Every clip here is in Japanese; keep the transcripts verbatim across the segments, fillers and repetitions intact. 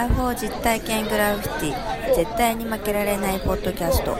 ラフォー実体験グラフィティ、絶対に負けられないポッドキャスト。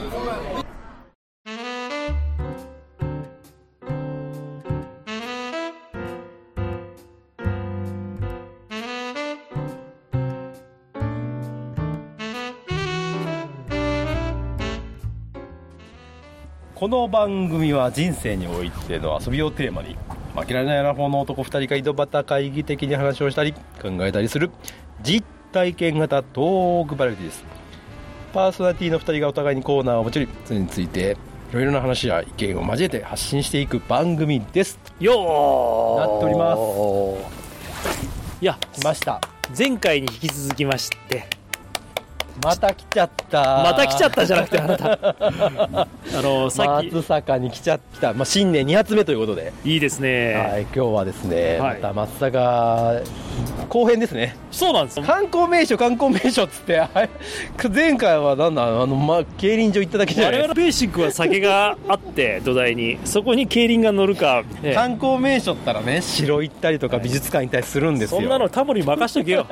この番組は人生においての遊びをテーマに、負けられないアラフォーの男ふたりが井戸端会議的に話をしたり考えたりする実体験型トークバラエティです。パーソナリティのふたりがお互いにコーナーを持ち寄り、それについていろいろな話や意見を交えて発信していく番組ですよーなっております。 いや来ました。 前回に引き続きましてまた来ちゃったまた来ちゃったじゃなくてあなたあのさっき松坂に来ちゃった、まあ、新年に発目ということでいいですね、 はい、今日はですね、 はい、 また松坂後編ですね。 そうなんですよ。 観光名所観光名所っつって前回はなんだあの、まあ、競輪場行っただけじゃないですか。 我々のベーシックは酒があって土台にそこに競輪が乗るか、ね、 観光名所ったらね城行ったりとか美術館行ったりするんですよ。 そんなのタモリ任しとけよ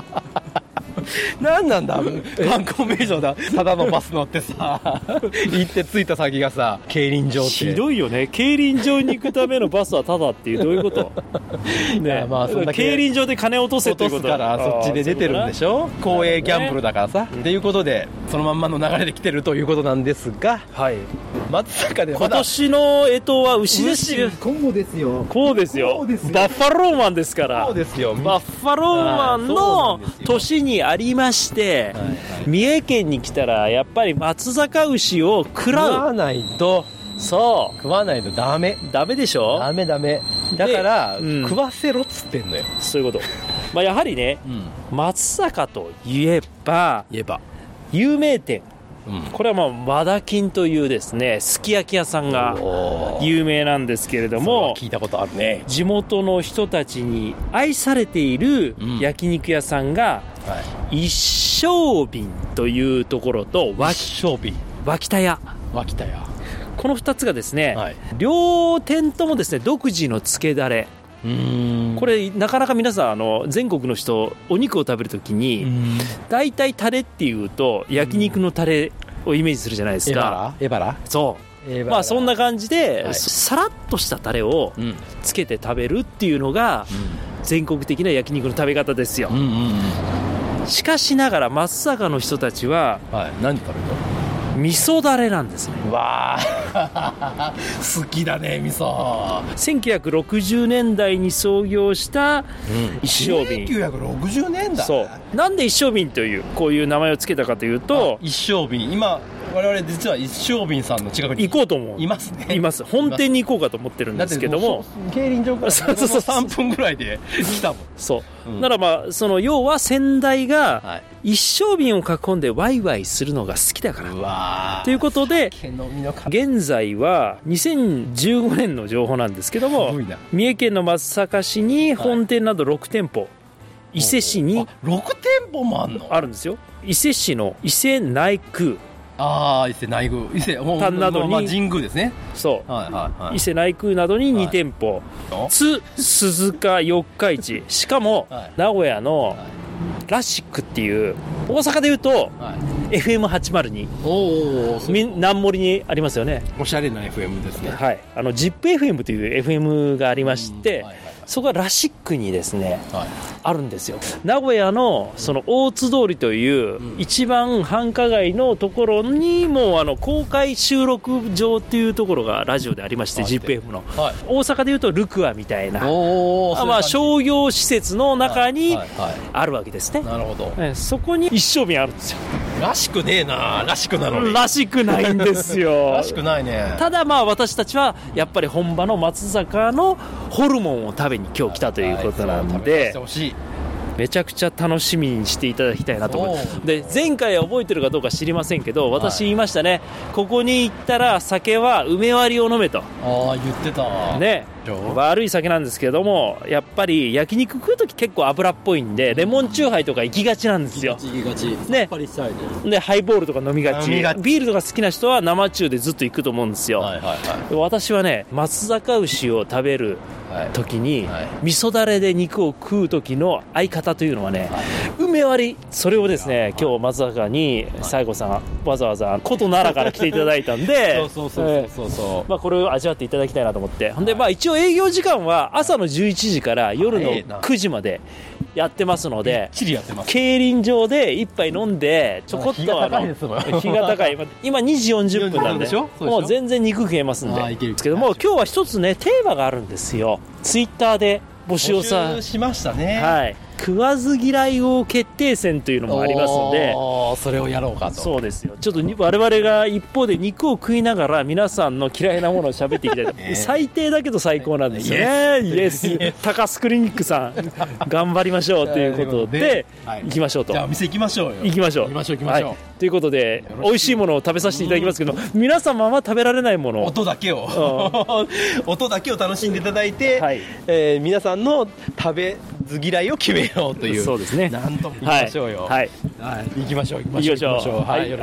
何なんだ観光名所だ、ただのバス乗ってさ行って着いた先がさ競輪場ってひどいよね。競輪場に行くためのバスはただっていうどういうことね、 まあそんだけ競輪場で金落とせっていうこと落とすからそっちで出てるんでしょ。公営ギャンブルだからさ、ね、っていうことでそのまんまの流れで来てるということなんですが、 はい、 松坂で今年の干支は牛ですよ。 こうですよこうですよ。バッファローマンですから。 そうですよ。 バッファローマンの年にありまして、はいはい、三重県に来たらやっぱり松坂牛を食らう。 食わないと。 そう食わないとダメダメでしょ。 ダメダメだから、うん、食わせろっつってんのよ。 そういうことまあやはりね、うん、松坂といえば言えば有名店、うん、これはまあ和田金というですねすき焼き屋さんが有名なんですけれども、 聞いたことあるね。 地元の人たちに愛されている焼肉屋さんが、うんはい、一升瓶というところと一升瓶脇田屋脇田屋、 このふたつがですね、はい、両店ともですね独自のつけだれ。うーんこれなかなか皆さんあの全国の人お肉を食べるときに大体タレっていうと焼肉のタレをイメージするじゃないですか。 エバラそうまあそんな感じで、はい、さらっとしたタレをつけて食べるっていうのが全国的な焼肉の食べ方ですよ、うんうんうん、しかしながら松坂の人たちは、はい、 何食べるの？ 味噌だれなんですね。 わー好きだね味噌。 せんきゅうひゃくろくじゅうねんだいに創業した一升瓶、うん、 せんきゅうひゃくろくじゅうねんだい。 そうなんで一升瓶というこういう名前をつけたかというと、 一升瓶今我々実は一升瓶さんの近くに行こうと思う。 いますね。 います。本店に行こうかと思ってるんですけども、 競輪場からさんぷんぐらいで来たもん。 そう、うん、ならまあその要は先代が一升瓶を囲んでワイワイするのが好きだから、うわということで現在はにせんじゅうごねんの情報なんですけども、三重県の松阪市に本店などろくてんぽ、はい、伊勢市にろくてんぽもあるの？ あるんですよ。伊勢市の伊勢内宮、 ああ伊勢内宮、伊勢丹などに、 まあ、神宮ですね。 そう、はいはいはい、伊勢内宮などににてんぽ、はい、津鈴鹿四日市、しかも、はい、名古屋のラシックっていう、大阪でいうと、はい、エフエムはちまるに おー南森にありますよね。 おしゃれな エフエム ですね。 はい、あの ジップエフエム という エフエム がありまして、はいはい、そこはラシックにですね、はい、あるんですよ。名古屋のその大津通りという一番繁華街のところにもうあの公開収録場っていうところがラジオでありまして、 ジップエフエム の、はい、大阪でいうとルクアみたいな、おー、まあ、商業施設の中にあるわけですね、はいはいはい、なるほど、えそこに一升瓶あるんですよ。 らしくねえな。らしくなのにらしくないんですよらしくないね。 ただまあ私たちはやっぱり本場の松坂のホルモンを食べに今日来たということなんで、めちゃくちゃ楽しみにしていただきたいなと思います。で前回覚えてるかどうか知りませんけど、私言いましたね、はい、ここに行ったら酒は梅割りを飲めと。 ああ言ってたね。悪い酒なんですけども、やっぱり焼肉食うとき結構油っぽいんで、レモンチューハイとか行きがちなんですよ。 行きがち、行きがち、 ね、 さっぱりしたいで。 でハイボールとか飲みがち、ビールとか好きな人は生中でずっと行くと思うんですよ、はいはいはい、私はね松阪牛を食べる時に、 はいはい、 味噌だれで肉を食う時の相方というのはね、はい、梅割り、それをですね、今日松坂に西郷さんわざわざ古都奈良から来ていただいたんでそうそうそうそうそう、 えーまあ、これを味わっていただきたいなと思って、ほんで、まあ、一応営業時間は朝のじゅういちじから夜のくじまでやってますので、競輪場で一杯飲んでちょこっとあの日が高い今にじよんじゅっぷんなんでもう全然肉食えますんでですけども、今日は一つねテーマがあるんですよ。ツイッターで募集をさ募集しましたね。 はい、食わず嫌い王決定戦というのもありますので、 それをやろうかと。そうですよ。ちょっと我々が一方で肉を食いながら皆さんの嫌いなものを喋っていきたいと、えー、最低だけど最高なんですよね。イエス高須クリニックさん頑張りましょうということで、はい、行きましょうと。 じゃあお店行きましょうよ。 行きましょう行きましょう行きましょう、はい、ということで美味しいものを食べさせていただきますけど、皆様は食べられないもの、 音だけを音だけを楽しんでいただいて、はい、えー、皆さんの食べず嫌いを決めようという。 そうですね。 なんとも行きましょうよ。はい、はい、行きましょう行きましょう行きましょう。はい、はい、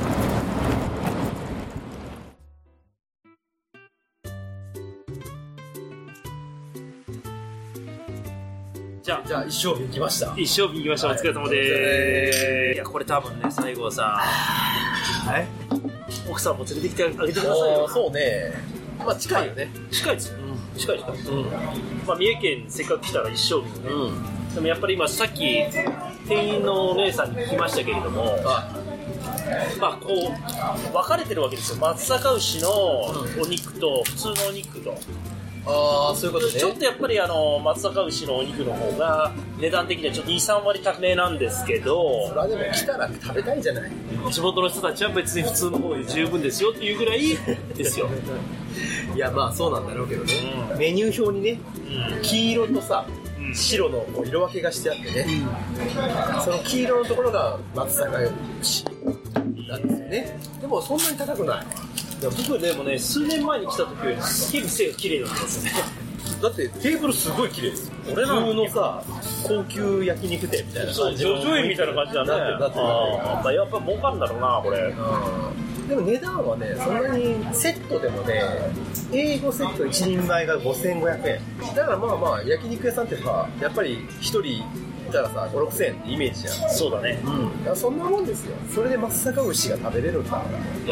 じゃあ、 じゃあ一升瓶来ました。 一升瓶来ました。お疲れ様でーす。いやこれ多分ね、西郷さん、はい、奥さんも連れてきてあげてくださいよ。 そうね。まあ近いよね。 近いですよ。うん、近い近い。うん。まあ三重県せっかく来たら一升瓶ね。うん。でもやっぱり今さっき店員のお姉さんに聞きましたけれども、あまあこう分かれてるわけですよ。松阪牛のお肉と普通のお肉と。 ああ、そういうことね。 ちょっとやっぱりあの松阪牛のお肉の方が値段的にはちょっとに、さん割高めなんですけど、 それはでも来たら食べたいじゃない。 地元の人たちは別に普通の方で十分ですよっていうぐらいですよ。 いやまあそうなんだろうけどね、うん、メニュー表にね、うん、黄色とさ、うん、白のこう色分けがしてあってね、うん、その黄色のところが松阪牛なんですよね。でもそんなに高くない。 いや僕でもね、数年前に来た時より結構背が綺麗なんですよね。 だってテーブルすごい綺麗ですよ。俺普通のさ高級焼肉店みたいな感じの、 叙々苑みたいな感じだね。だってだってああ、やっぱ儲かるんだろうなこれ。 うん、でも値段はねそんなにセットでもね、英語セットいちにんまえがごせんごひゃくえんだから、まあまあ焼肉屋さんってさやっぱりひとりいたらさご、ろくせんえんってイメージじゃん。 そうだね。 うん。だからそんなもんですよ。それで松阪牛が食べれるんだから。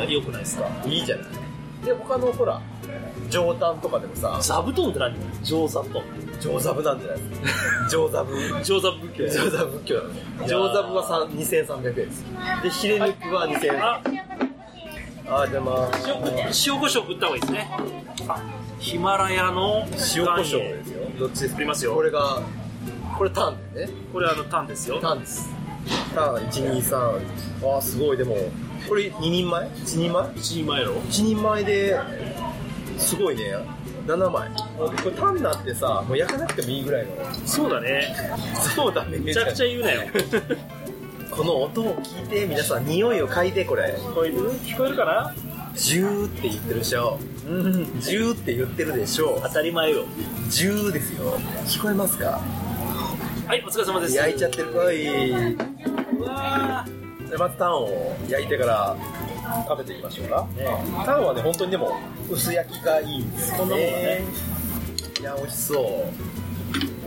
いや良くないですか。 いいじゃない。で他のほら上タンとかでもさ、 座布団って何？上座布団。 上座布なんじゃない上座布。 上座布仏教。 上座布仏教だね。上座布はにせんさんびゃくえんです。でヒレ肉はにせんえん。ああ、じゃあまあ塩コショウ振った方がいいですね。あ、ヒマラヤの塩コショウですよ。どっちです振りますよ。 これがこれタンでね。 これあのタンですよ。 タンです。タンいちにさん。ああすごい。でもこれににんまえ？いちにんまえ？ いちにんまえの？ いちにんまえですごいね。ななまい。これタンなんてさもう焼かなくてもいいぐらいの。 そうだね。 そうだね。 めちゃくちゃ言うなよ。 この音を聞いて皆さん匂いを嗅いで。これ聞こえる？聞こえるかな？ ジューって言ってるでしょ。うん。ジューって言ってるでしょ。 当たり前よ。 ジューですよ。聞こえますか？ はい、お疲れ様です。 焼いちゃってるかい。 うわでまずタンを焼いてから食べてみましょうか、ね、タンはね本当にでも薄焼きがいいんですよね。こんなもんね。いや美味しそう、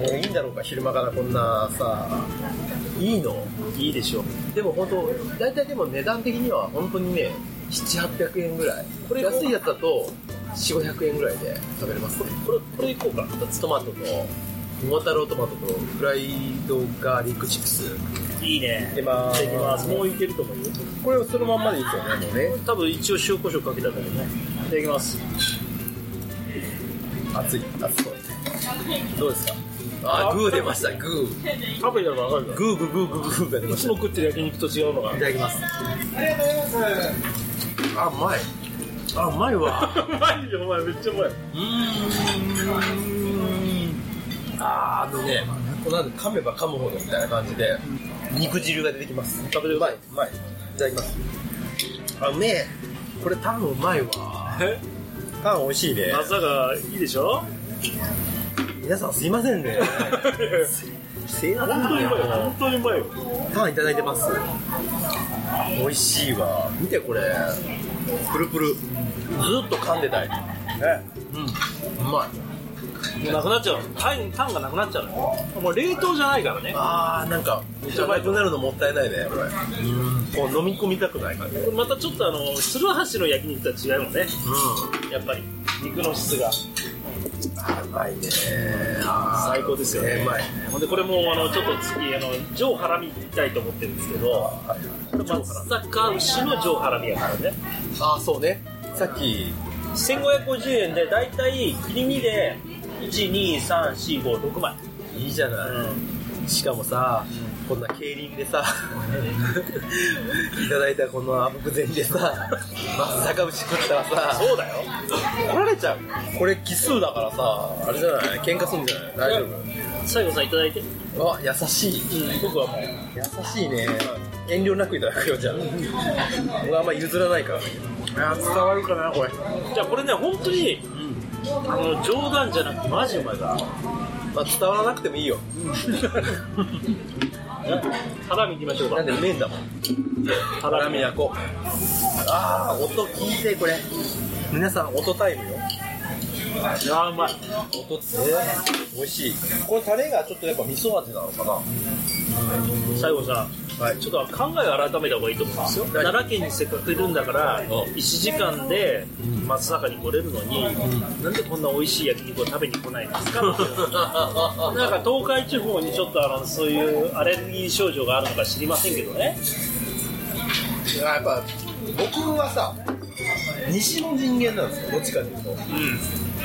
えー、いいんだろうか昼間からこんなさ。いいの？ いいでしょう。 でも本当大体でも値段的には本当にねななひゃくはっぴゃくえんぐらい。これ安いやつだとよんひゃくごひゃくえんぐらいで食べれますね。 これこれいこうか。 トマトと桃太郎トマトとフライドガーリックチップス。 いいね。 いただきます。 もういけると思うよ。 これそのまんまでいいですよね。もうね。 多分一応塩コショウかけたんだけどね。いただきます。 熱い熱そう。どうですか？あ、グー出ました。グー。食べたら分かるから。 グーグーグーグーグーが出ました。 いつも食ってる焼肉と違うのが。 いただきます。ありがとうございます。あ、うまい。あ、うまいわ。 うまいよ、お前めっちゃうまい。うーん。あー、あのね、この噛めば噛むほどみたいな感じで肉汁が出てきます。 食べれる。うまい、 うまい。いただきます。あ、うめえ。これタンうまいわ。 え？ タン美味しいね。 まさかいいでしょ？ 皆さんすいませんね。せいや本当にうまいよ。本当にうまいよ。 タンいただいてます。美味しいわ。見てこれ。プルプル。ずっと噛んでたい。ね。うん。うまい。 もうなくなっちゃうタン、タンがなくなっちゃうのよ。もう冷凍じゃないからね。 あーなんかめっちゃなくなるのもったいないねこれ。うんこう飲み込みたくないからね。 またちょっとあの鶴橋の焼肉とは違うもんね、うん、やっぱり肉の質があうまいね最高ですよね。うまい。ほんでこれもあのちょっと次あの上ハラミいきたいと思ってるんですけど、松阪牛の上ハラミやからね。 ああそうね。さっきせんごひゃくごじゅうえんでだいたい切り身でいち、に、さん、よん、ご、ろくまい。 いいじゃない、うん、しかもさ、うん、こんな競輪でさいただいたこのあぶく銭でさ松阪牛食ったらさそうだよ怒られちゃう。これ奇数だからさあれじゃない喧嘩するんじゃない大丈夫。 最後さんいただいて。 あ優しい、 うん、僕はもう優しいね。遠慮なくいただくよじゃあ僕はあんま譲らないからね。あ伝わるかなこれ。 じゃあこれね本当に、うん、あの冗談じゃなくてマジうまいから、 まあ、伝わらなくてもいいよハラミいきましょうか。 なんでうめえんだもんハラミ焼こう。あー音聞いてこれ皆さん音タイムよ。 あーうまい音つえー、美味しい。これタレがちょっとやっぱ味噌味なのかな。 最後さ、はい、ちょっと考えを改めた方がいいと思うんですよ。奈良県にせっかくいるんだからいちじかんで松阪に来れるのに、うん、なんでこんな美味しい焼肉を食べに来ないんですかなんか東海地方にちょっとあのそういうアレルギー症状があるのか知りませんけどね。 やっぱ僕はさ西の人間なんですよどっちかというと、うん、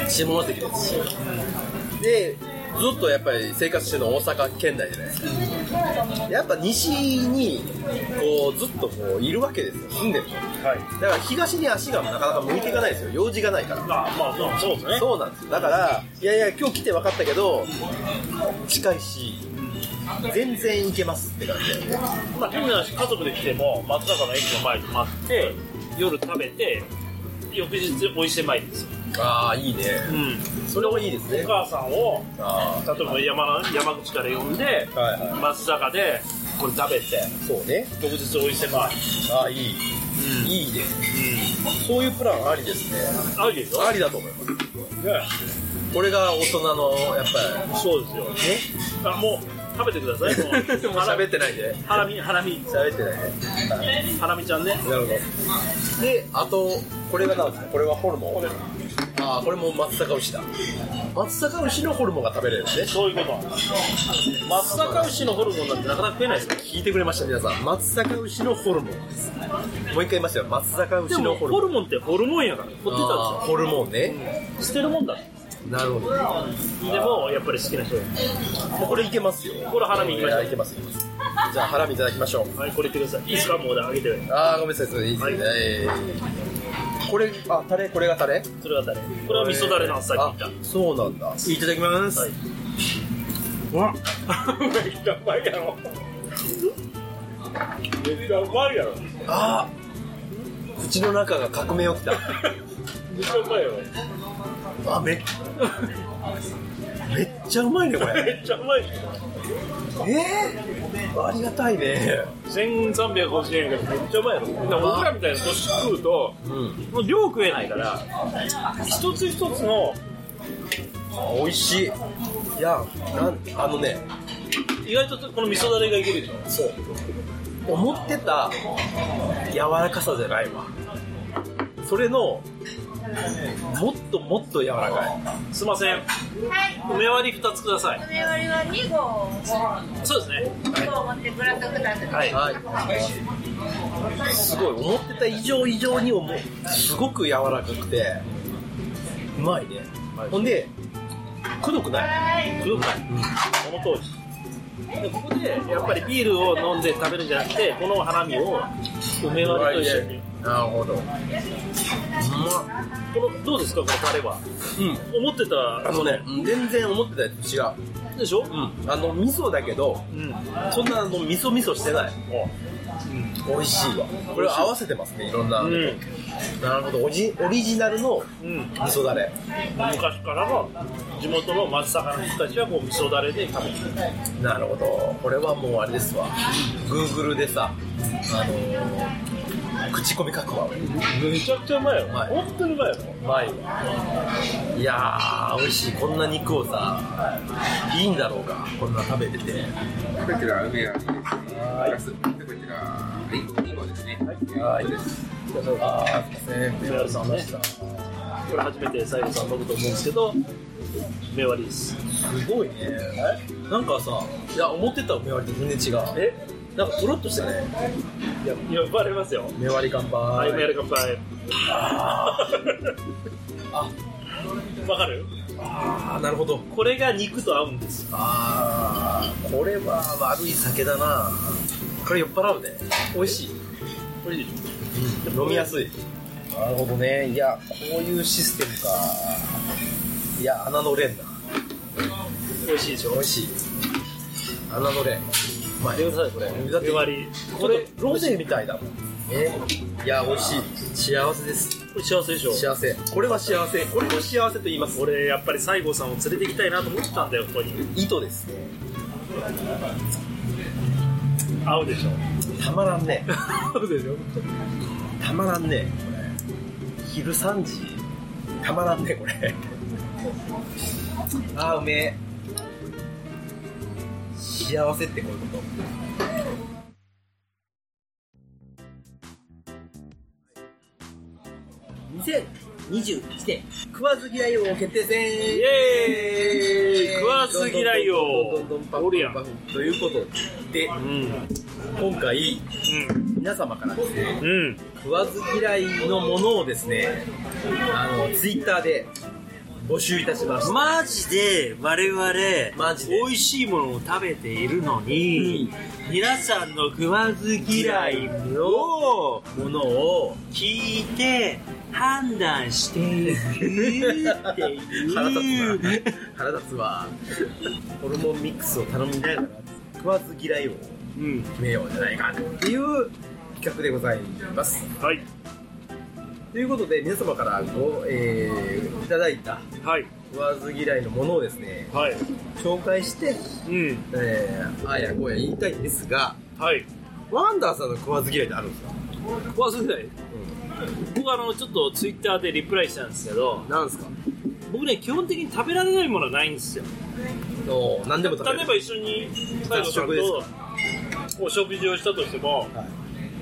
下関ですし、うん、でずっとやっぱり生活してるの大阪県内じゃないですか、うん、やっぱ西にこうずっとこういるわけですよ住んでると、はい、だから東に足がなかなか向いていかないですよ用事がないから。 あまあそうですね。 そうなんですよ。だからいやいや今日来て分かったけど近いし全然行けますって感じで、 まあ変な話家族で来ても松坂の駅の前で待って夜食べて翌日美味しい前ですよ。 ああいいね、うん、それもいいですね。 お母さんを例えば 山, 山口から呼んで、はいはい、松坂でこれ食べてそうね翌日美味しい前。 ああいい、うん、いいね、うん、そういうプランありですね。 ありでしょ。 ありだと思います、ね、これが大人のやっぱりそうですよね。あもう食べてください。もう喋ってないで。 ハラミハラミ喋ってないで。 ハラミちゃんね。 なるほど。であとこれがなんですか。これはホルモン。ああこれも松阪牛だ。松阪牛のホルモンが食べれるんですね。 そういうことなんです。松阪牛のホルモンなんてなかなか食えないですか。 聞いてくれました皆さん。松阪牛のホルモンです。もう一回言いますよ。松阪牛のホルモン。 ホルモンってホルモンやから。ホってたんですよ。 ホルモンね。 捨てるもんだ。 なるほど。 でもやっぱり好きな人。 これいけますよ。 これハラミいきましょう。 いけますいけます。じゃあハラミいただきましょう。 はいこれいってください。いいですかもうあげて。 ああごめんなさいそれいいですね。はいこれあタレこれがタレ。 それがタレ。これは味噌ダレなんさっき言った。 そうなんだ。いただきます。はい、 うわめっちゃうまいやろ。めっちゃうまいやろ。 あ口の中が革命起きた。 めっちゃうまいやろ。 あめめっちゃうまいねこれ。 めっちゃうまいねえー、ありがたいね。 せんさんびゃくごじゅうえんがめっちゃうまいやろ。僕らみたいな年食うと、うん、もう量食えないから一つ一つの美味しい。いやなんあのね意外とこの味噌だれがいけるでしょ。 そう思ってた柔らかさじゃないわ。それのもっともっと柔らかい。 すいません、はい、梅割りふたつください。 梅割りはにごそうですね。 にご持ってください。 はい、 はい、すごい思ってた以上以上に思うすごく柔らかくてうまいね、はい、ほんでくどくないくどくない、うん、その通りでここでやっぱりビールを飲んで食べるんじゃなくてこのハラミを梅割りと一緒に。 なるほど。 このどうですかこのタレは。うん思ってたあのね全然思ってたやつ違うでしょ。 うんあの味噌だけど、うん、そんなあの味噌味噌してない。うん、美味しいわ。これを合わせてますねいろんな、うん、なるほどオリ、オリジナルの味噌だれ、 うん、昔からの地元の松阪の人たちはこう味噌だれで食べてる。 なるほど。これはもうあれですわ Google でさあのー口コミ書くわ。 めちゃくちゃうまいよ、 はい、 本当にうまいよ。 うまいわ。いやー美味しい。こんな肉をさいいんだろうか、こんな食べてて。 こちら梅味ですね。プラスこちらリンゴリンゴですね。 はい、はいです。あーすいません。 梅割りさんね。これ初めて西郷さん飲むと思うんですけど、梅割りです。 すごいね。なんかさ、いや思ってた梅割りと全然違う。え？なんかとろっとしてね。 いや、呼ばれますよ。 梅割り乾杯。 はい、梅割り乾杯。 あ、 わかる？ あー、なるほど。 これが肉と合うんです。 あー、これは悪い酒だな。これ酔っ払うで。美味しい。 これでしょ。うん、飲みやすい。なるほどね。いや、こういうシステムか。いや、侮れんな。 美味しいでしょ。 美味しい。侮れん。まあ、 見てください、これ。梅割り。 これ、ロゼみたいだもん。えいや、美味しい。幸せです。 これ幸せでしょ。 幸せ。これは幸せ。これも幸せと言います。 俺、やっぱり西郷さんを連れて行きたいなと思ったんだよ、ここに。 糸ですね。 合うでしょ。 たまらんね。 合うでしょ。 たまらんね、これ。昼さんじ。たまらんね、これ。あー、うめえ。幸せってこういうこと。にせんにじゅういちねん食わず嫌い王決定戦。 イエーイ。食わず嫌い王おるやんということで、うん、今回、うん、皆様からですね、うん、食わず嫌いのものをですね、あのツイッターで募集いたしました。 マジで我々 マジで美味しいものを食べているのに、うん、皆さんの食わず嫌いのものを聞いて判断しているっていう腹立つな。腹立つわ。ホルモンミックスを頼みながら食わず嫌いを決めようじゃないかっていう企画でございます。 はい。 ということで皆様からご、えー、いただいた食わず嫌いのものをですね、はい、紹介して、うんえー、あやこや言いたいんですが、はい、ワンダーさんの食わず嫌いってあるんですか？ 食わず嫌い、うん、僕あのちょっとツイッターでリプライしたんですけど、 なんですか？ 僕ね基本的に食べられないものはないんですよ。 お何でも食べる。 例えば一緒に西郷さんとお食事をしたとしても、はい、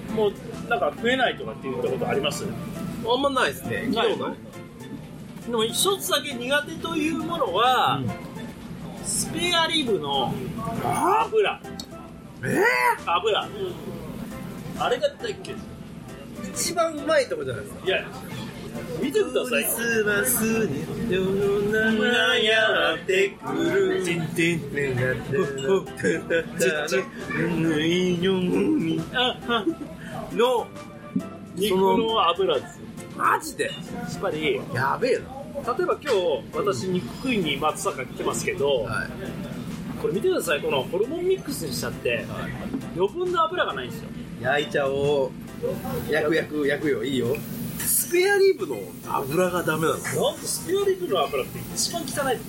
もうなんか食えないとかって言ったことあります？ あんまないですね。 ないの？でも一つだけ苦手というものは、うん、スペアリブの油。 えー、 油。あれが大っけ？ 一番うまいとこじゃないですか。 いや、見てください。 クリスマスに世の中がやってくる。てんてんてんてんてんの肉の油ですよ。 マジで？ やっぱりやべえな。例えば今日私肉食いに松阪来てますけど、はい、これ見てください。このホルモンミックスにしちゃって、はい、余分な油がないんですよ。 焼いちゃおう。焼く焼く焼くよ。いいよ。スペアリブの油がダメなの？ なんでスペアリブの油って一番汚いと思う。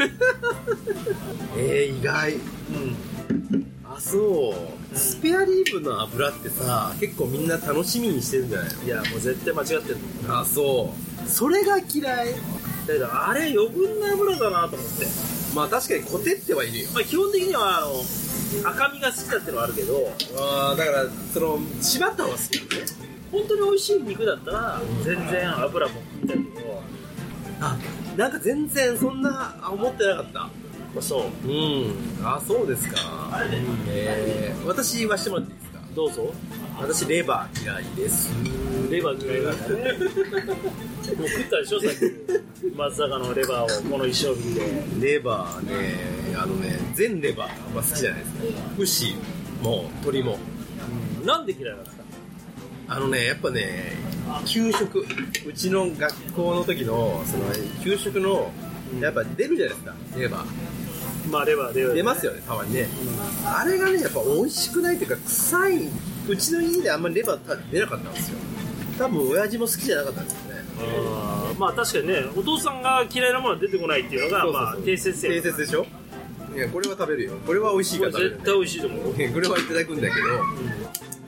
えー、意外。うん。あ、そう。スペアリブの油ってさ、結構みんな楽しみにしてるんじゃないの？ いや、もう絶対間違ってる。 あ、そう。それが嫌い。 だけどあれ余分な油だなと思って。 まあ確かにコテってはいるよ。 まあ基本的にはあの赤身が好きだってのはあるけど、 ああだからその締まった方が好きだね。 本当に美味しい肉だったら全然油も食いたいけど、 あ、なんか全然そんな思ってなかった。 そう。 うん。あ、そうですか。えー、私言わしてもらっていいですか？ どうぞ。 私レバー嫌いです。 レバー嫌いなんだね。もう食ったでしょさっき松坂のレバーをこの一生日で。 レバーね、あのね全レバーあんま好きじゃないですか。牛も鶏も、 うん、なんで嫌いなんですか？ あのねやっぱね給食、うちの学校の時のその給食のやっぱ出るじゃないですかレバー。 まあレバー出る、ね、 出ますよねたまにね、うん、あれがねやっぱ美味しくないというか臭い。うちの家であんまりレバー出なかったんですよ。多分親父も好きじゃなかったんですよね。 あまあ確かにねお父さんが嫌いなものは出てこないっていうのがそうそうそうまあ定説や。 定説でしょ。いやこれは食べるよ。これは美味しいから食べる、ね、 絶対美味しいと思う。 これはいただくんだけど、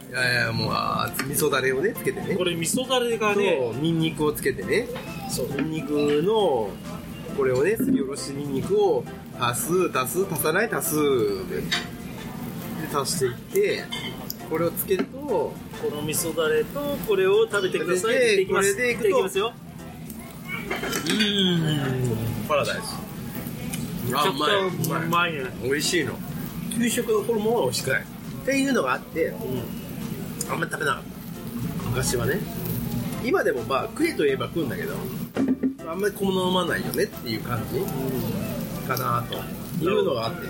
いやいやもうあ味噌だれをねつけてね、 これ味噌だれがね、 ニンニクをつけてね、 そうニンニクのこれをねすりおろしニンニクを足す足す足さない足すで足していって、これをつけるとこの味噌だれとこれを食べてくださいって言っていきます。 これでいくといきますよ。 うーんパラダイス。 めちゃくちゃうまいね。 美味しいの。給食のホルモンは美味しくないっていうのがあって、うん、あんまり食べなかった昔はね。今でもまあ食えといえば食うんだけど、あんまり好まないよねっていう感じかなというのがあって、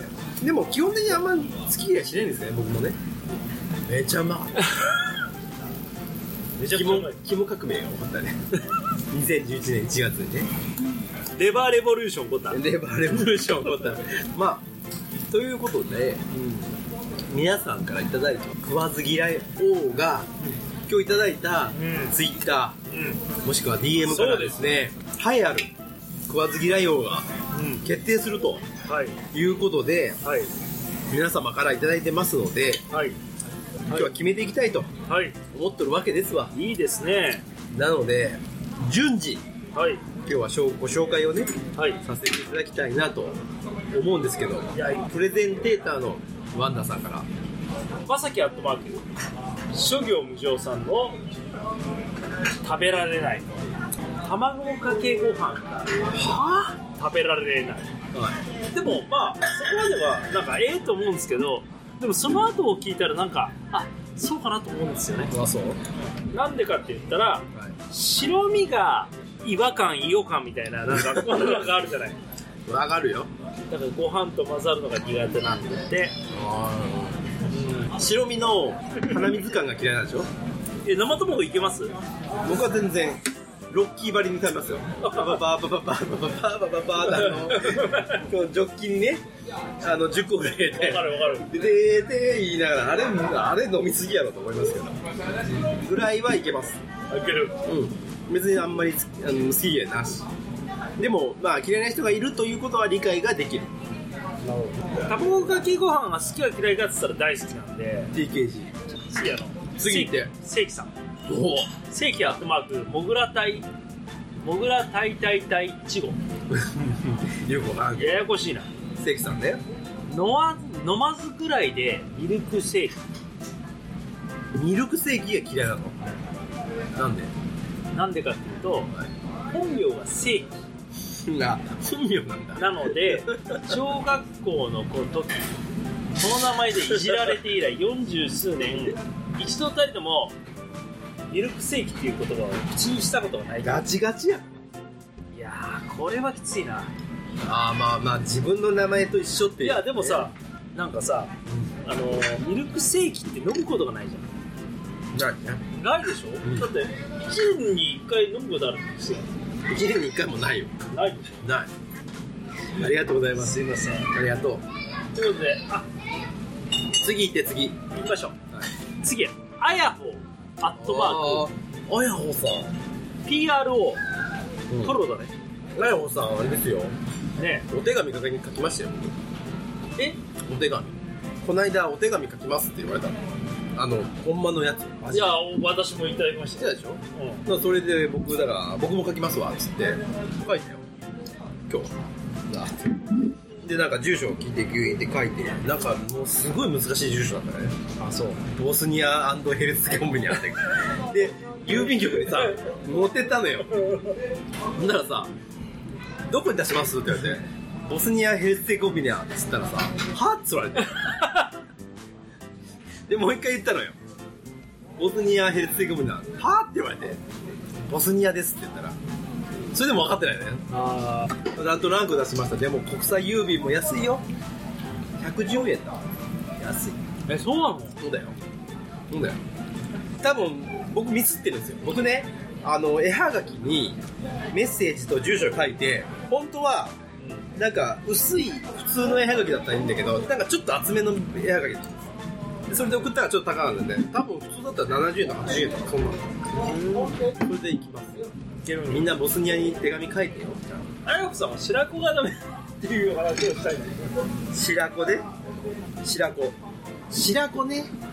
でも基本的にあんまり好き嫌いしないんですね、僕もね。めちゃうまかっためちゃくちゃうまい。肝革命が起こったねにせんじゅういちねんいちがつにね、 レバーレボリューション起こった。 レバーレボリューション起こったまあということで、うん、皆さんからいただいた食わず嫌い王が、うん、今日いただいた、うん、ツイッター、うん、もしくは ディーエム からですね、栄えある食わず嫌い王が決定すると、うん、いうことで、はい、皆様からいただいてますので、はい、今日は決めていきたいと思ってるわけですわ。 いいですね。 なので順次、はい、今日はご紹介をね、はい、させていただきたいなと思うんですけど、いやプレゼンテーターのワンダさんからまさきアットマーク諸行無常さんの食べられない卵かけご飯がは食べられない、はい、でもまあそこまではなんかええと思うんですけど、でもその後を聞いたらなんかあそうかなと思うんですよね。 あそうなんでかって言ったら、はい、白身が違和感異様感みたいななんかこんなのがあるじゃないわかるよ。 だからご飯と混ざるのが苦手なんで、あ、 うん、白身の鼻水感が嫌いなんでしょえ生卵いけます？ 僕は全然ロッキー張りに食べますよ。バババババババババババババあのこのジョッキにねあのじゅっこぐらい入れて、 わかるわかる。 ででで言いながらあれあれ飲みすぎやろと思いますけど、ぐらいはいけます。 いける。 うん。別にあんまりあの好き嫌いなし。でもまあ嫌いな人がいるということは理解ができる。 なるほど。卵かけご飯が好きか嫌いかって言ったら大好きなんで。 ティーケージー。 次あの次って正規さん。 おお。 正規アットマークもぐらたいもぐらたいたいたいちご。 よくわかんない。 ややこしいな。 正規さんね。 飲ま飲まずくらいでミルクセーキ。 ミルクセーキが嫌いなの？なんで？ なんでかっていうと、はい、本名が正規。 が本名なんだ。 なので小学校の時この名前でいじられて以来よんじゅうすうねん一度たりともミルクセーキっていう言葉を口にしたことがない。 ガチガチや。 いやーこれはきついな。 あーまあまあ自分の名前と一緒っていう、ね、 いやでもさなんかさ、うん、あのミルクセーキって飲むことがないじゃん。 ないね。 ないでしょ、うん、だっていちねんにいっかい飲むことあるんですよ。 いちねんにいっかいもないよ。 ないでしょ。 ない。ありがとうございます。 すいません。 ありがとう。 ということで、あ次行って次。 行きましょう。はい、次、あやほアットマーク。 あやほさん。 ピーアールオー。トロだね。 あやほさんあれですよ。ね。お手紙書きましたよ。 え？ お手紙。こないだお手紙書きますって言われたの。あのほんまのやつ。 いや私もいただきました。 でしょ。うん。それで僕だから僕も書きますわっつって書いたよ。今日。でなんか住所を聞いて牛院って書いて、なんかもうすごい難しい住所だったね。あそう。ボスニア&ヘルツケコンビニあって。で郵便局にさ持ってったのよ。ほんならさどこに出しますって言われて、ボスニアヘルツケコンビニっつったらさはっつ言われて。でもう一回言ったのよ。ボスニアヘルツケコンビニはって言われて、ボスニアですって言ったら、それでも分かってないね。ああ。なんとなく出しました。でも国際郵便も安いよ。ひゃくじゅうえんだ。安い。 え、そうなの？ そうだよ。そうだよ。多分僕ミスってるんですよ。僕ね、あの絵はがきにメッセージと住所書いて、本当はなんか薄い普通の絵はがきだったらいいんだけど、なんかちょっと厚めの絵はがきだった。それで送ったらちょっと高かったんで、多分普通だったらななじゅうえんとかはちじゅうえんとかそんなの。それで行きます。みんなボスニアに手紙書いてよ。 あやこさんは白子がダメっていう話をしたいんですよ。 白子で白子白子ね。い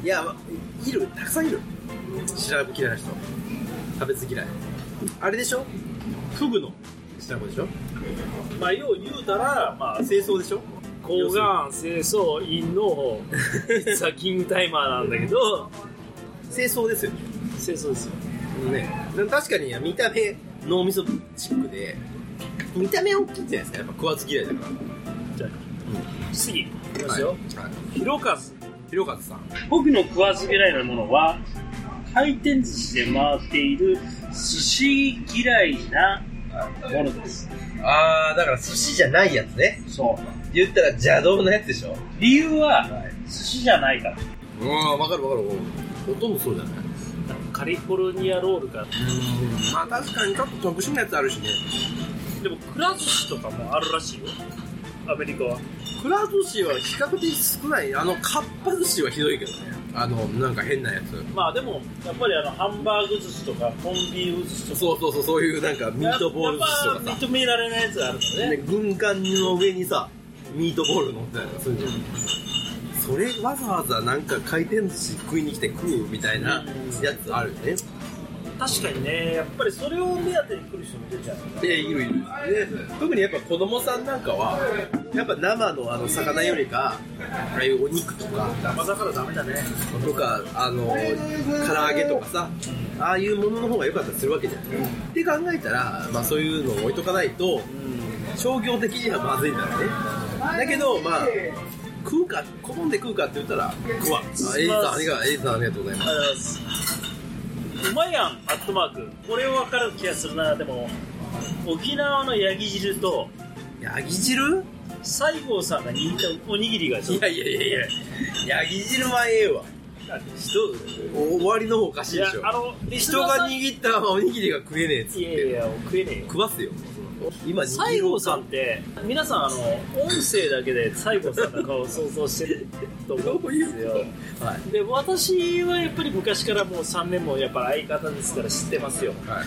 いやいるたくさんいる白子嫌いな人食べず嫌いあれでしょフグの白子でしょまあよう言うたらまあ清掃でしょ抗がん清掃員の実はキングタイマーなんだけど清掃ですよね清掃ですよね確かに見た目脳みそチックで見た目大きいんじゃないですかやっぱ食わず嫌いだからじゃあ、うん、次いきますよ、はいはい、ひろかずひろかずさん僕の食わず嫌いなものは回転寿司で回っている寿司嫌いなものです。 あーだから寿司じゃないやつねそう言ったら邪道のやつでしょ理由は、はい、寿司じゃないからうん分かる分かるほとんどそうじゃないカリフォルニアロールかうんまあ確かにちょっと特殊なやつあるしねでもくら寿司とかもあるらしいよアメリカはくら寿司は比較的少ないあのかっぱ寿司はひどいけどねあのなんか変なやつまあでもやっぱりあのハンバーグ寿司とかコンビーフ寿司とかそうそうそうそういうなんかミートボール寿司とかさ認められないやつがあるからね軍艦の上にさミートボール乗ってたりとかするんじゃんそれわざわざなんか回転寿司食いに来て食うみたいなやつあるよね確かにねやっぱりそれを目当てに来る人も出ちゃういやいるいるで特にやっぱ子供さんなんかはやっぱ生のあの魚よりかああいうお肉とか生だからダメだねとかあの唐揚げとかさああいうものの方が良かったりするわけじゃん、うん、って考えたら、まあ、そういうのを置いとかないと、うん、商業的にはまずいんだろうねだけどまあ食うか好んで食うかって言ったら食わあエイジさんありがエイジさんありがとうございますうまやんアットマークこれを分かる気がするなでも沖縄のヤギ汁とヤギ汁西郷さんが握ったおにぎりがいやいやいやいやヤギ汁はええわ人終わりの方おかしいでしょあの人が握ったおにぎりが食えねえっつっていやいや食えねえよ食わすよ今西郷さんって皆さんあの音声だけで西郷さんの顔を想像してると思うんですよはい、で私はやっぱり昔からもうさんねんもやっぱ相方ですから知ってますよ、はい、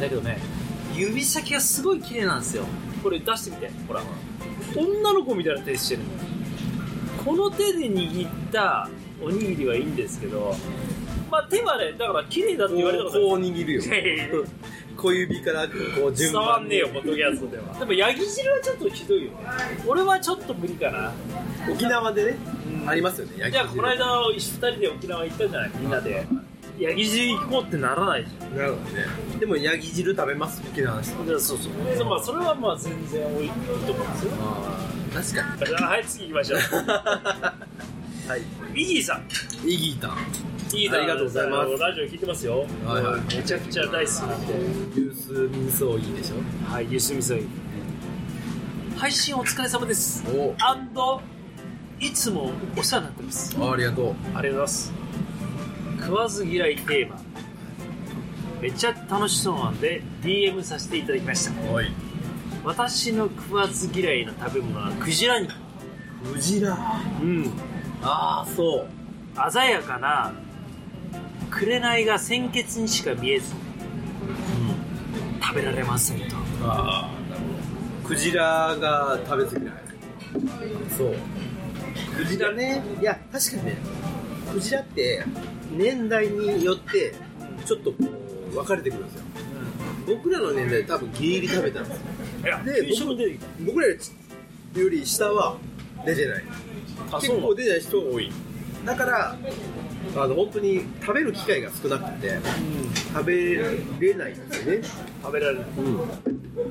だけどね指先がすごい綺麗なんですよこれ出してみてほら女の子みたいな手してるのこの手で握ったおにぎりはいいんですけどまあ手はねだから綺麗だって言われたことこう握るよ小指からこう順番伝わんねえよポッドキャストではでもヤギ汁はちょっとひどいよね俺はちょっと無理かな沖縄でね、うん、ありますよねヤギ汁じゃあこの間ふたりで沖縄行ったじゃないみんなでヤギ汁行こうってならないじゃんなるほどねでもヤギ汁食べます沖縄の人そうそうそうまあそれはまあ全然多いと思うんですよあ確かにはい次行きましょうはいイギーさんイギーさんいいありがとうございます。ラジオ聞いてますよ。はいはい、めちゃくちゃ大好きなんで。 ユースミソイでしょ。 はい、ユースミソイ。配信お疲れ様です。お。アンドいつもお世話になってます。 あ、ありがとう。 ありがとうございます。食わず嫌いテーマ。めっちゃ楽しそうなんで ディーエム させていただきました。はい。私の食わず嫌いな食べ物はクジラ肉。 クジラ。 うん。 ああ、そう。 鮮やかな。紅が鮮血にしか見えず、うん、食べられませんとあクジラが食べず嫌いそうクジラねいや確かにねクジラって年代によってちょっとこう分かれてくるんですよ、うん、僕らの年代多分ギリギリ食べたんですよいやで僕, 僕らより下は出てない結構出てない人が多いだからあの本当に食べる機会が少なくて、うん、食べれないんですよね食べられる、 うん、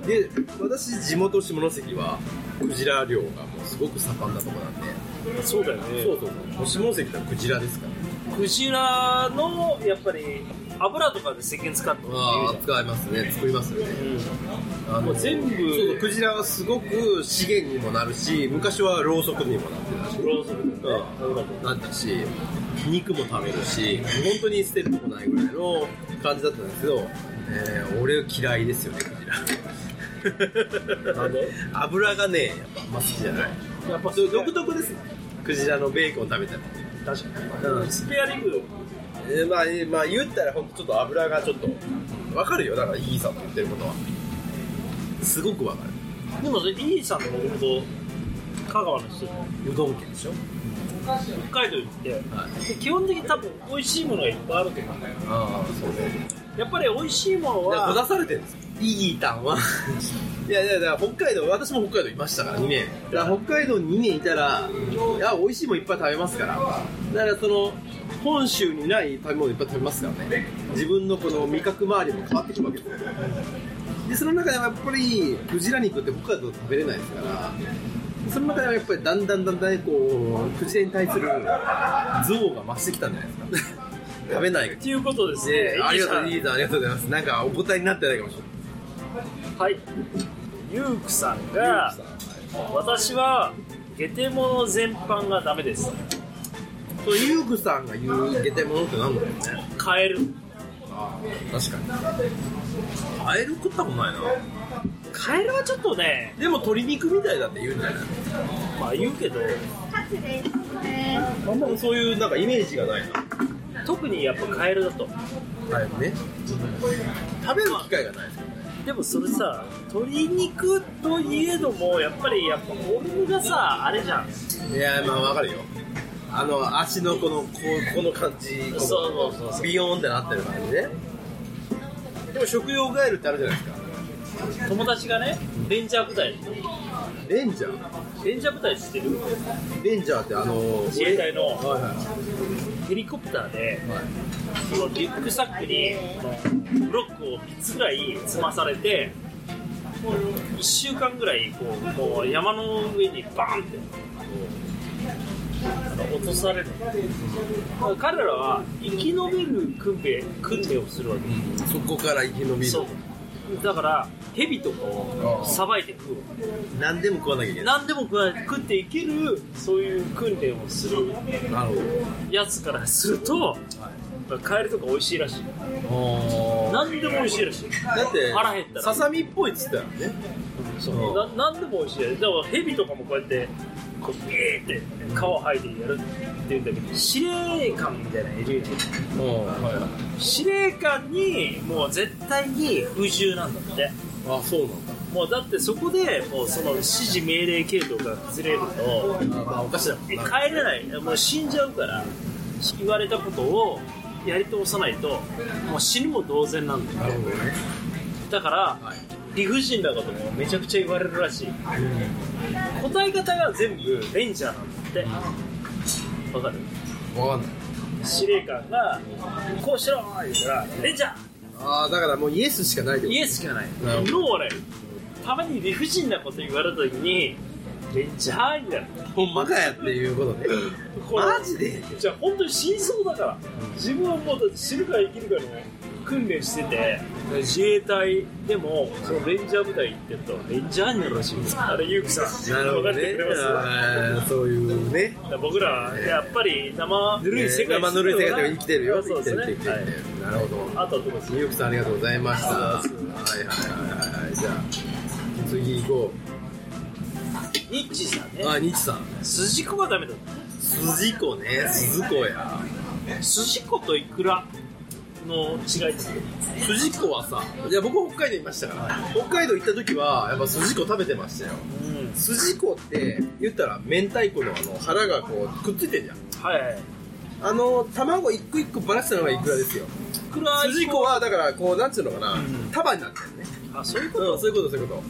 で私地元下関はクジラ漁がもうすごく盛んなとこなんでそうだよねそうそうそう下関はクジラですからクジラのやっぱり油とかで石鹸使ってあ使いますね作りますよね、 うん、あのもう全部そうそうクジラはすごく資源にもなるし昔はろうそくにもなってたしろうそくにも、ね、 なったし肉も食べるし本当に捨てるとこないぐらいの感じだったんですけど、えー、俺嫌いですよねクジラなんで油がねやっぱあんま好きじゃないやっぱ独特ですねクジラのベーコン食べたら確かに、うん、スペアリブえー、まあ、えー、まあ言ったらほんとちょっと油がちょっと分かるよだからイーさんの言ってることはすごく分かるでもイーさんってもともと香川の人うどん県でしょ北海道行って、はい、基本的に多分美味しいものがいっぱいあると思う。 ああ、そうね。 やっぱり美味しいものは出されてるんですよ。いいタンは。いやいや、だから北海道、私も北海道いましたからにねん。だから北海道にねんいたら、いや美味しいもんいっぱい食べますから。だからその本州にない食べ物いっぱい食べますからね。自分のこの味覚周りも変わってくるわけですよ。でその中でもやっぱりクジラ肉って北海道で食べれないですから。その中ではやっぱりだんだんだんだんこうクジラに対する憎悪が増してきたんじゃないですか。食べないっていうことですね。 ありがとう、いいさん、ありがとうございます。なんかお答えになってないかもしれない。はい。ゆうくさんが、私はゲテモノ全般がダメです。 そう、ゆうくさんが言うゲテモノって何だろうね。 カエル。 ああ、確かに。カエル食ったことないな。 カエルはちょっとね、 でも鶏肉みたいだって言うんじゃない？ まあ言うけど、 あんまそういうなんかイメージがないな。 特にやっぱカエルだと。 カエルね。食べる機会がないですよね。 でもそれさ、鶏肉といえどもやっぱりやっぱフォルムがさあれじゃん。 いやまあわかるよ。あの足のこのこうこの感じ、こそうそうそう、 ビヨーンってなってる感じね。でも食用ガエルってあるじゃないですか。 友達がね、レンジャー部隊。 レンジャー？ レンジャー部隊知ってる？ レンジャーってあの自衛隊のはいはいヘリコプターで、 はい、 そのリュックサックにブロックをみっつぐらい積まされて、いっしゅうかんぐらいこうこう山の上にバーンってこう落とされる。彼らは生き延びる訓練訓練をするわけ、 うん、そこから生き延びる。 そうだからヘビとかをさばいて食う。 何でも食わなきゃいけない。 何でも食っていける、そういう訓練をするやつからすると、はい、カエルとか美味しいらしい。何でも美味しいらしい。 だって腹減ったらささみっぽいっつったらね。 そうな何でも美味しい。だからヘビとかもこうやってこうビーって皮を剥いてやるって言うんだけど、司令官みたいなのいるよね。司令官にもう絶対に不自由なんだって。 あ、そうなんだ。 もうだってそこでもうその指示命令系統が崩れると、 まあおかしいな。 帰れない。もう死んじゃうから、言われたことをやり通さないともう死ぬも同然なんだよ。 なるほどね。 だから、はい、理不尽なこともめちゃくちゃ言われるらしい。うん、答え方が全部レンジャーなんだって。わかる？ わかんない。 司令官がこうしろー言うからレンジャー。 ああ、だからもうイエスしかないで。 イエスしかない。ノーはない。たまに理不尽なこと言われた時にレンジャーになる。 ほんまかやっていうことで。マジで？ じゃあ本当に死にそうだから。自分はもうだって死ぬか生きるかの訓練してて、自衛隊でもそのレンジャー部隊行ってるとレンジャーになるらしいんです。あれゆうきさん、 なるほどね、 分かってくれます？ そういうね。 僕らやっぱり生ぬるい世界、 生ぬるい世界で生きてるよ。 そうですね。はい、 なるほど。 あとどうです？ ゆうきさんありがとうございました。はいはいはいはい。じゃあ次行こう。ニッチさんね。 あ、ニッチさん。 筋子がダメだ。 筋子ね、筋子や。 筋子とイクラの違いですよ。 筋子はさ、いや僕北海道いましたから、はい、北海道行った時はやっぱ筋子食べてましたよ。うん、筋子って言ったら明太子のあの腹がこうくっついてるじゃん。はい、はい。あの卵一個一個ばらしたのがイクラですよ。イクラ筋子はだからこうなんつうのかな、うん、束になってるね。あ、そういうこと、うん、そういうことそういうこと。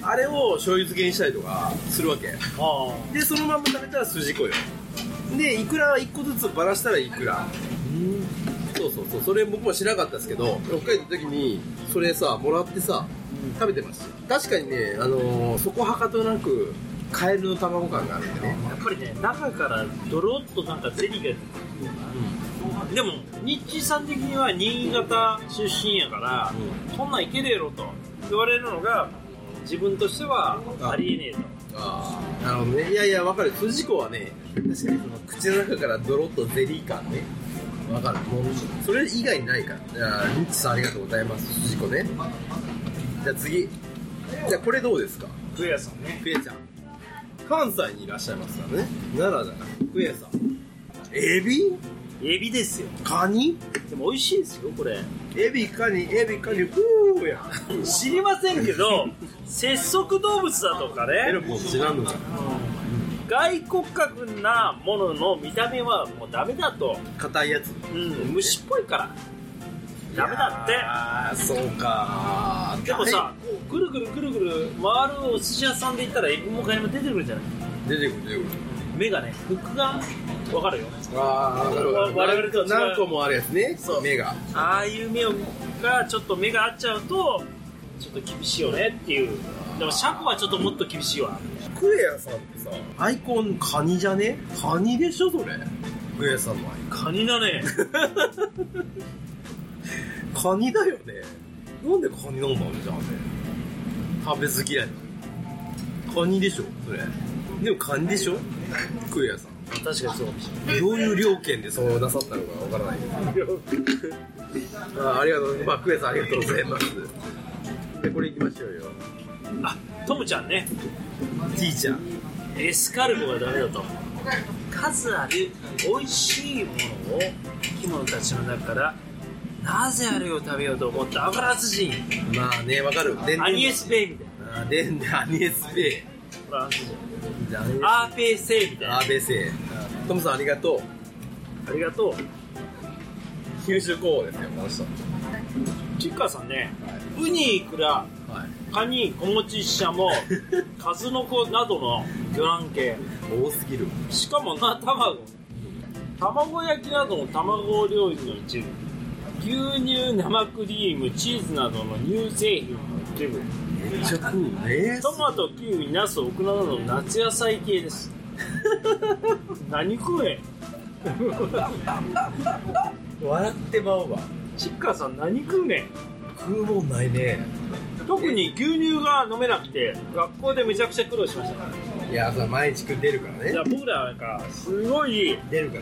あれを醤油漬けにしたりとかするわけ。あでそのまま食べたら筋子よ。でイクラはいっこずつばらしたらイクラ。うん、そうそうそう、それ僕も知らなかったですけど、北海道の時にそれさもらってさ、うん、食べてました。確かにね、あのー、そこはかとなくカエルの卵感があるんでね。やっぱりね、中からドロッとなんかゼリーが出てくる、うん、でもニッチーさん的には新潟出身やから、うん、そんなんいけねえろと言われるのが自分としてはありえねえと。ああ、なるほどね。いやいや、わかる。筋子はね、確かにその口の中からドロッとゼリー感ね、わかる。もうそれ以外にないから。じゃあニッチさんありがとうございます。筋子ね。じゃあ次。じゃあこれどうですか？クエさんね。クエちゃん。関西にいらっしゃいますからね。奈良じゃない。クエさん。エビ？エビですよ。カニ？でも美味しいですよこれ。エビカニエビカニふーや。知りませんけど節足動物だとかね。エロポン知らんのか。 外骨格なものの見た目はもうダメだと。 硬いやつ、 うん、虫っぽいからダメだって。 ああそうか。 でもさ、こうぐるぐるぐるぐる回るお寿司屋さんで言ったらエビもカニも出てくるじゃない。 出てくる出てくる。 目がね、フックが分かるよ。 ああ、我々とは何個もあるやつね。 そう、 目がああいう目がちょっと目が合っちゃうとちょっと厳しいよねっていう。でもシャコはちょっともっと厳しいわ。 クエアさんってさ、アイコンカニじゃね？カニでしょそれ。クエアさんのアイコンカニだね。 カニだよね。なんでカニなんだろうじゃあね。食べず嫌いなの。カニでしょそれ。でもカニでしょクエアさん。 確かにそうかもしれない。 どういう料件でそうなさったのかわからないけど。あ, ありがとう。まあクエアさんありがとうございます。でこれ行きましょうよ。 あ、トムちゃんね。 ティーちゃん。 エスカルゴがダメだと。数ある美味しいものを生き物たちの中からなぜあれを食べようと思ったアブラツ人。 まあね、わかる。 アニエスベイみたいな。 あでんでアニエスベイ。 アーペーセイみたいな。 アーペーセイ。トムさんありがとう。 ありがとう。 九州候補ですよ、この人。 チッカーさんね、ウニ、イクラ、はい、カニ、子持ちシャモ、数の子などの魚卵系。 多すぎる。 しかもな、卵。卵焼きなどの卵料理の一部。牛乳、生クリーム、チーズなどの乳製品の一部。 めっちゃ食うね。 トマト、キウイ、ナス、オクラなどの夏野菜系です。何食え。 笑ってまうわ。 チッカーさん何食うねん。 食うもんないね。 特に牛乳が飲めなくて学校でめちゃくちゃ苦労しましたから。 いやさ、毎日食ってるからね。 いや僕らなんかすごい出るから。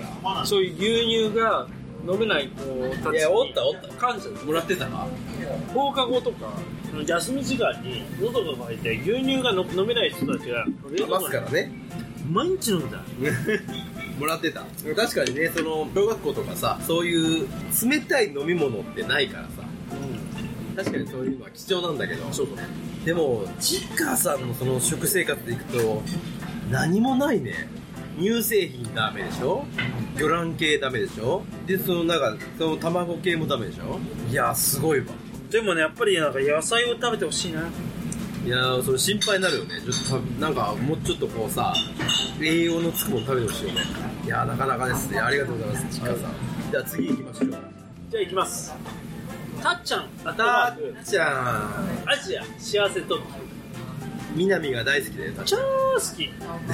そういう牛乳が飲めない子たちに、 いやおったおった感謝もらってたな。 放課後とか休み時間に喉が渇いて牛乳がの飲めない人たちがますからね。 毎日飲んだ。 もらってた。確かにね、その小学校とかさ、そういう冷たい飲み物ってないからさ、うん、確かにそういうのは貴重なんだけど、そうそう。でもチッカーさんのその食生活でいくと何もないね。乳製品ダメでしょ、魚卵系ダメでしょ、でそのなんかその卵系もダメでしょ。いやすごいわ。 でもね、やっぱりなんか野菜を食べてほしいな。 いやー、それ心配になるよね。ちょっとなんかもうちょっとこうさ、栄養のつくもの食べてほしいよね。いやー、なかなかですね。ありがとうございます、ちっかさん。じゃあ次行きましょう。 じゃあ行きます。たっちゃん、あたっちゃん、 アジア幸せ特急。 南が大好きだよ。 超好き。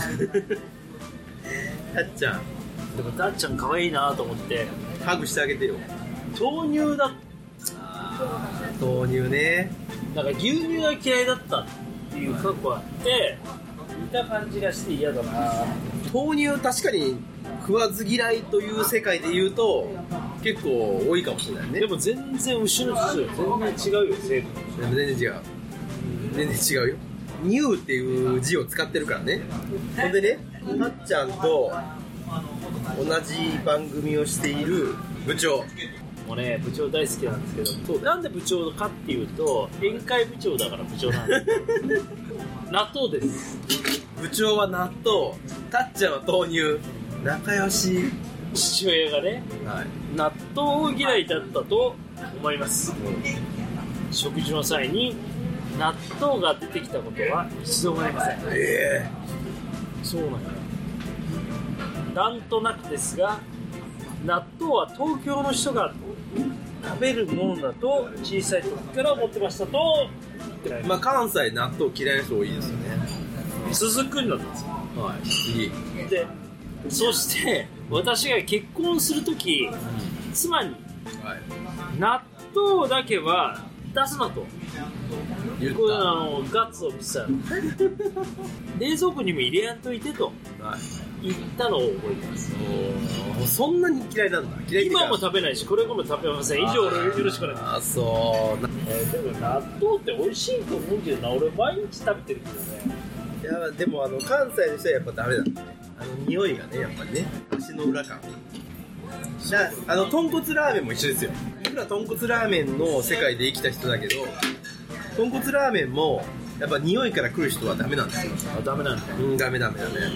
たっちゃん。 でもたっちゃん可愛いなと思ってハグしてあげてよ。 豆乳だ。 豆乳ね。 なんか牛乳が嫌いだったっていう過去あって似た感じがして嫌だな。 豆乳確かに食わず嫌いという世界で言うと結構多いかもしれないね。 でも全然牛の質よ。全然違うよ成分。 全然違う。全然違うよ。乳っていう字を使ってるからね。ほんでね、たっちゃんと同じ番組をしている部長。 もうね、部長大好きなんですけど、そうなんで部長かっていうと宴会部長だから部長なんです。納豆です。 部長は納豆、たっちゃんは豆乳。仲良し。 父親がね、はい、納豆嫌いだったと思います、うん、食事の際に納豆が出てきたことは一度もありません。 えー、そうなんだ。なんとなくですが納豆は東京の人が食べるものだと小さい時から思ってましたと言って。 まあ関西納豆嫌いな人多いですよね。 続くんだったんですよ。 はい、次でそして私が結婚するとき、うん、妻に、はい、納豆だけは出すなと言った。これあのガッツを見せたら冷蔵庫にも入れやんといてと言ったのを覚えてます。 おそんなに嫌いなんだ。嫌い今も食べないしこれからも食べません。以上よろしくお願いします。 あそう、 えー、でも納豆って美味しいと思うけどな。俺毎日食べてるけどね。 いやでもあの関西の人はやっぱダメだね。あの匂いがね、やっぱりね、足の裏感。だあの豚骨ラーメンも一緒ですよ。僕ら豚骨ラーメンの世界で生きた人だけど、豚骨ラーメンもやっぱ匂いから来る人はダメなんですよ。 あ、ダメなんだ。 うん、ダメダメダメ。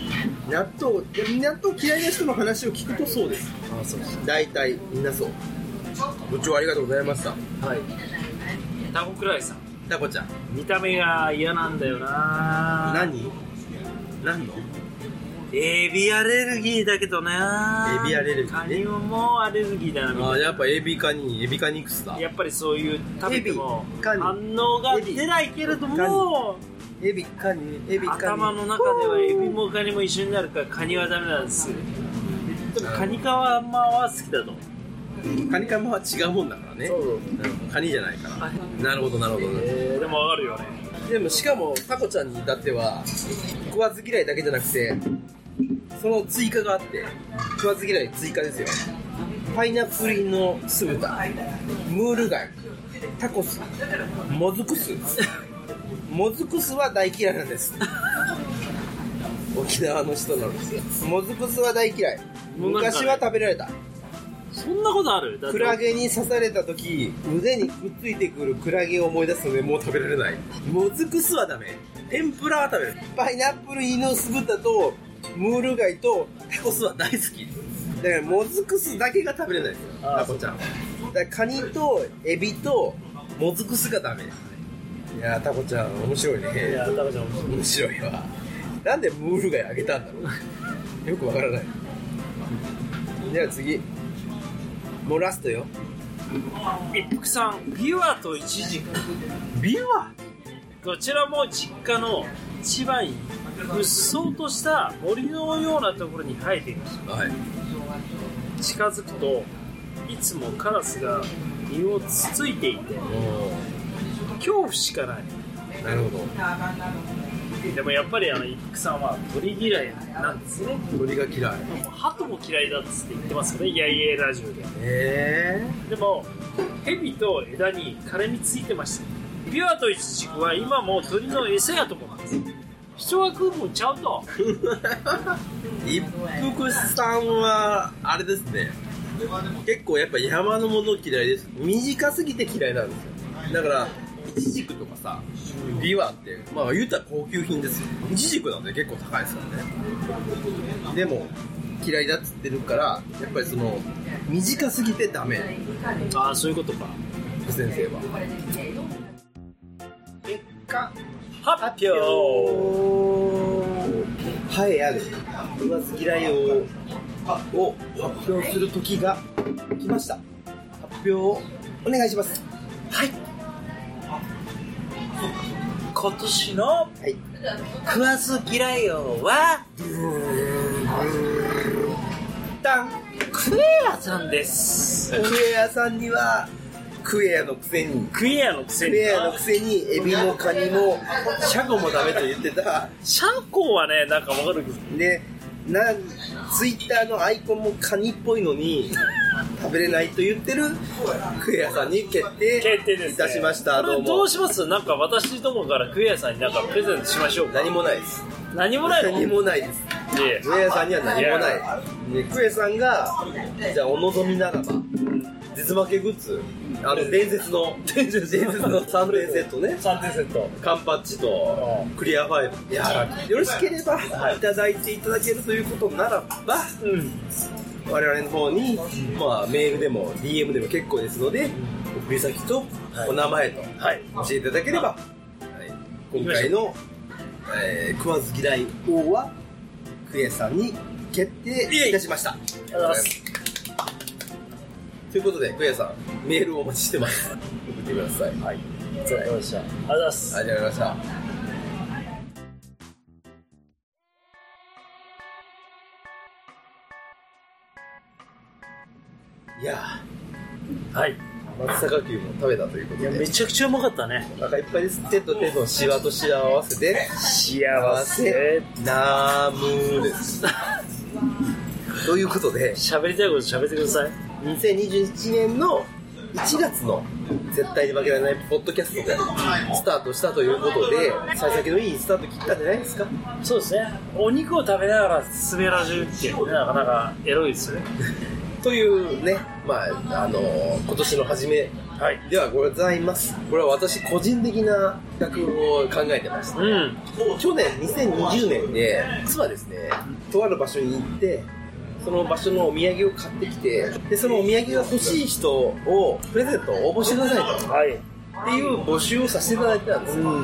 納豆納豆嫌いな人の話を聞くとそうです。 あ、そうです。 大体みんなそう。ご視聴ありがとうございました。 はい。タコクライさん。 タコちゃん。 見た目が嫌なんだよな。 何？何の？ エビアレルギーだけどな。 エビアレルギー、ね、 カニもアレルギーだなみたいな。 あ、やっぱエビカニエビカニクスだ。 やっぱりそういう食べてもエビカニ反応が出ないけれども、 エビカニエビカニ頭の中ではエビもカニも一緒になるからカニはダメなんですよ。でもカニカマは好きだと。 カニカマは違うもんだからね。 そうそう、 うん、カニじゃないから。なるほどなるほど、 えー、でもわかるよね。 でもしかもタコちゃんに至っては食わず嫌いだけじゃなくて、その追加があって、食わず嫌い追加ですよ。パイナップル入りの酢豚、ムール貝、タコス、モズクス。モズクスは大嫌いなんです。沖縄の人なんですよ。モズクスは大嫌い。昔は食べられた。 そんなことある？ クラゲに刺された時、腕にくっついてくるクラゲを思い出すのでもう食べられない。モズクスはダメ。天ぷらは食べる。パイナップル入りの酢豚とムール貝とタコスは大好き。だからモズクスだけが食べれないですよ、タコちゃんは。だからカニとエビとモズクスがダメ。いやー、タコちゃん面白いね。 いやー、タコちゃん面白い。 面白いわ。なんでムール貝あげたんだろう。よくわからない。では次。もうラストよ。 一服さん、ビワとイチジク。 ビワ？ こちらも実家の一番うっそうとした森のようなところに生えていました。 はい。 近づくといつもカラスが身をつついていて恐怖しかない。 なるほど。 でもやっぱりあの一服さんは鳥嫌いなんですね。 鳥が嫌い。 鳩も嫌いだっつって言ってますよね、イヤイエラジオで。 えー、 でもヘビと枝に絡みついてました。ビワとイチジクは今も鳥の餌やとこなんです。人が食うもんちゃうと。 一服さんはあれですね、結構やっぱ山のもの嫌いです。短すぎて嫌いなんですよ。だからイチジクとかさ、ビワってまあ言うたら高級品ですよ。イチジクなんで結構高いですからね。でも嫌いだっつってるから、やっぱりその短すぎてダメ。 ああ、そういうことか。 先生は結果発表。 栄えある食わず嫌いをを発表する時が来ました。発表をお願いします。 はい。今年のはい食わず嫌い王はダンクエアさんです。 クエアさんにはクエアのくせにクエアのくせにクエアのくせにエビもカニもシャコもダメと言ってた。 シャコはね、なんかわかるけどで、なツイッターのアイコンもカニっぽいのに食べれないと言ってるクエアさんに決定決定です、ね、 いたしました。 これどうします？なんか私どもからクエアさんになんかプレゼントしましょうか。 何もないです。 何もないの？ 何もないです。クエアさんには何もない。でクエさんがじゃあお望みならば絶負けグッズ、あの伝説の伝説のさんてんセットね。 さんてんセット。 カンパッチとクリアファイル。いや、よろしければいただいていただけるということならば、うん、我々の方に、まあ、メールでも ディーエム でも結構ですので、送り先とお名前と教えていただければ、はい、今回の、えー、食わず嫌い王はクエさんに決定いたしました。ありがとうございます。ということで、クエさん、メールをお待ちしてます。送ってください。はい。 お疲れ様でした。ありがとうございます。 ありがとうございました。いやー、はい。松阪牛も食べたということで。 いや、めちゃくちゃうまかったね。 お腹いっぱいです。手と手のシワとシワを合わせて、 幸せナームです。ということで、 喋りたいこと喋ってください。 にせんにじゅういちねんのいちがつの絶対に負けられないポッドキャストでスタートしたということで、幸先のいいスタート切ったんじゃないですか。 そうですね。お肉を食べながらスベラジュっていうね、なかなかエロいですよね。 というね、まああのー、今年の初めはい、 ではございます。これは私個人的な企画を考えてました、うん、去年にせんにじゅうねんで実はですね、とある場所に行ってその場所のお土産を買ってきて、でそのお土産が欲しい人をプレゼントを応募してくださいと、はい、っていう募集をさせていただいてたんですよ、うん、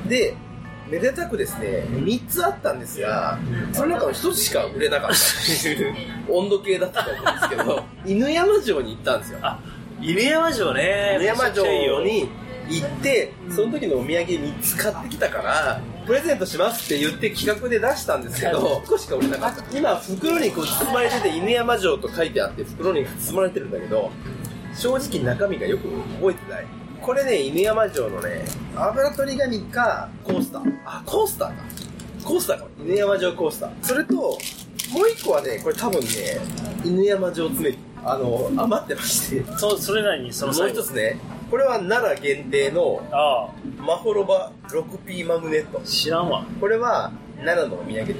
でめでたくですねみっつあったんですが、その中のひとつしか売れなかったっていう温度計だったと思うんですけど犬山城に行ったんですよ。あ、 犬山城ね。 犬山城に行ってその時のお土産みっつ買ってきたからプレゼントしますって言って企画で出したんですけど、少しか売れなかった。今袋にこう包まれてて犬山城と書いてあって袋に包まれてるんだけど、正直中身がよく覚えてない。これね、犬山城のね、油取り紙かコースター、あ、コースターかコースターか犬山城コースター、それともう一個はね、これ多分ね犬山城詰めあの余ってまして、 そう、それなりにそのもう一つね、これは奈良限定のマホロバ ろくピー マグネット。 知らんわ。 これは奈良のお土産です。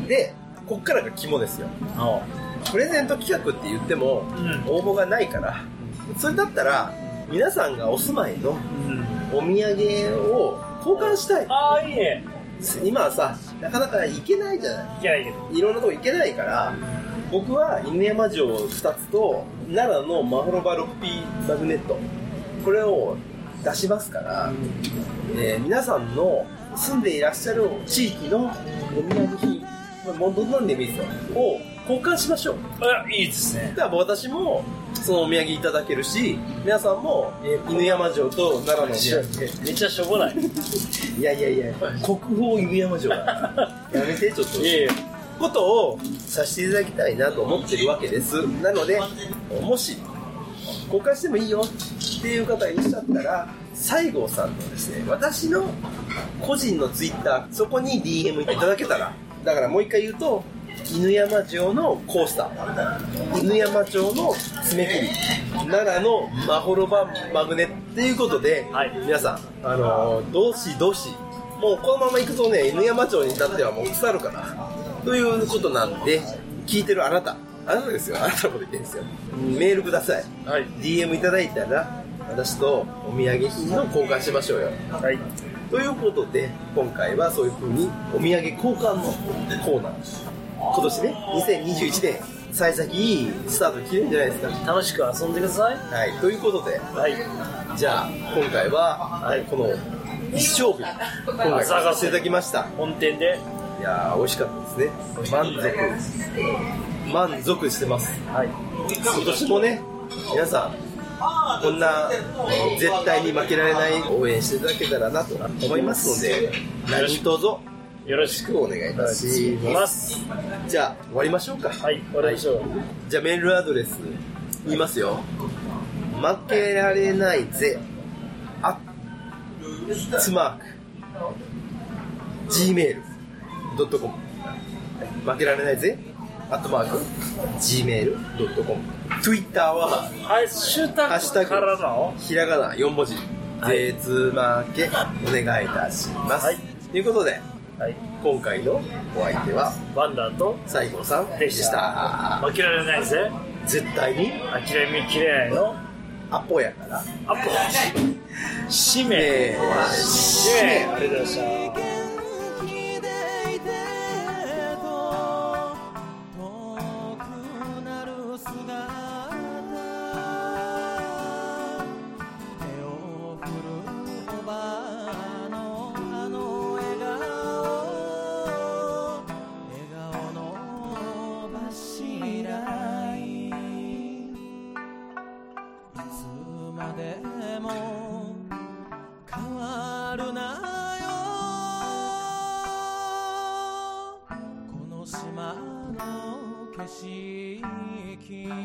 で、こっからが肝ですよ。ああ、プレゼント企画って言っても、うん、応募がないから、それだったら皆さんがお住まいのお土産を交換したい。 ああ、いいね。 今はさ、なかなか行けないじゃない。 行けないけど。 いろんなとこ行けないから、僕は犬山城ふたつと奈良のマホロバ ろくピー マグネット、これを出しますから、えー、皆さんの住んでいらっしゃる地域のお土産品、もうどんなんでもいいですよ、を交換しましょう。 あ、いいですね。 だから私もそのお土産いただけるし、皆さんも、えー、犬山城と奈良のお土産めっちゃしょぼない。 いやいやいや、国宝犬山城だやめてちょっと。いやいやことをさせていただきたいなと思ってるわけです。なので、もし交換してもいいよっていう方がいらっしゃったら、西郷さんのですね、私の個人のツイッター、そこに ディーエム いただけたら、だからもう一回言うと、犬山城のコースター、犬山城の爪切り、奈良のマホロバマグネっていうことで、はい、皆さん、あのー、どしどし、もうこのまま行くとね、犬山城に至ってはもう腐るからということなんで、聞いてるあなた、あなたですよ、あなたのこと言ってるんですよ。メールください。はい、ディーエム いただいたら、私とお土産品の交換しましょうよ。はい。ということで、今回はそういう風にお土産交換のコーナー。今年ね、にせんにじゅういちねん、幸先いいスタート切れるんじゃないですか。 楽しく遊んでください。 はい。ということで、はい。じゃあ、今回は、はい、この一生日、今回させていただきました。 本店で。 いやー、美味しかったですね。満足。満足してます。はい。今年もね、皆さん、こんな絶対に負けられない応援していただけたらなと思いますので、何卒よろしくお願いいたします。じゃあ終わりましょうか。 はい、終わりましょう。はい、 じゃあメールアドレス言いますよ。負けられないぜアッツマーク ジーメールドットコム、 負けられないぜアットマーク ジーメールドットコム、 Twitter はハッシュタグからのひらがなよん文字、はい、ぜつまけお願いいたします。はい、ということで、はい、今回のお相手はワンダーと西郷さんでした。 負けられないぜ絶対に諦めきれないのアポやからアポ使命使命ありがとうございました。 島の景色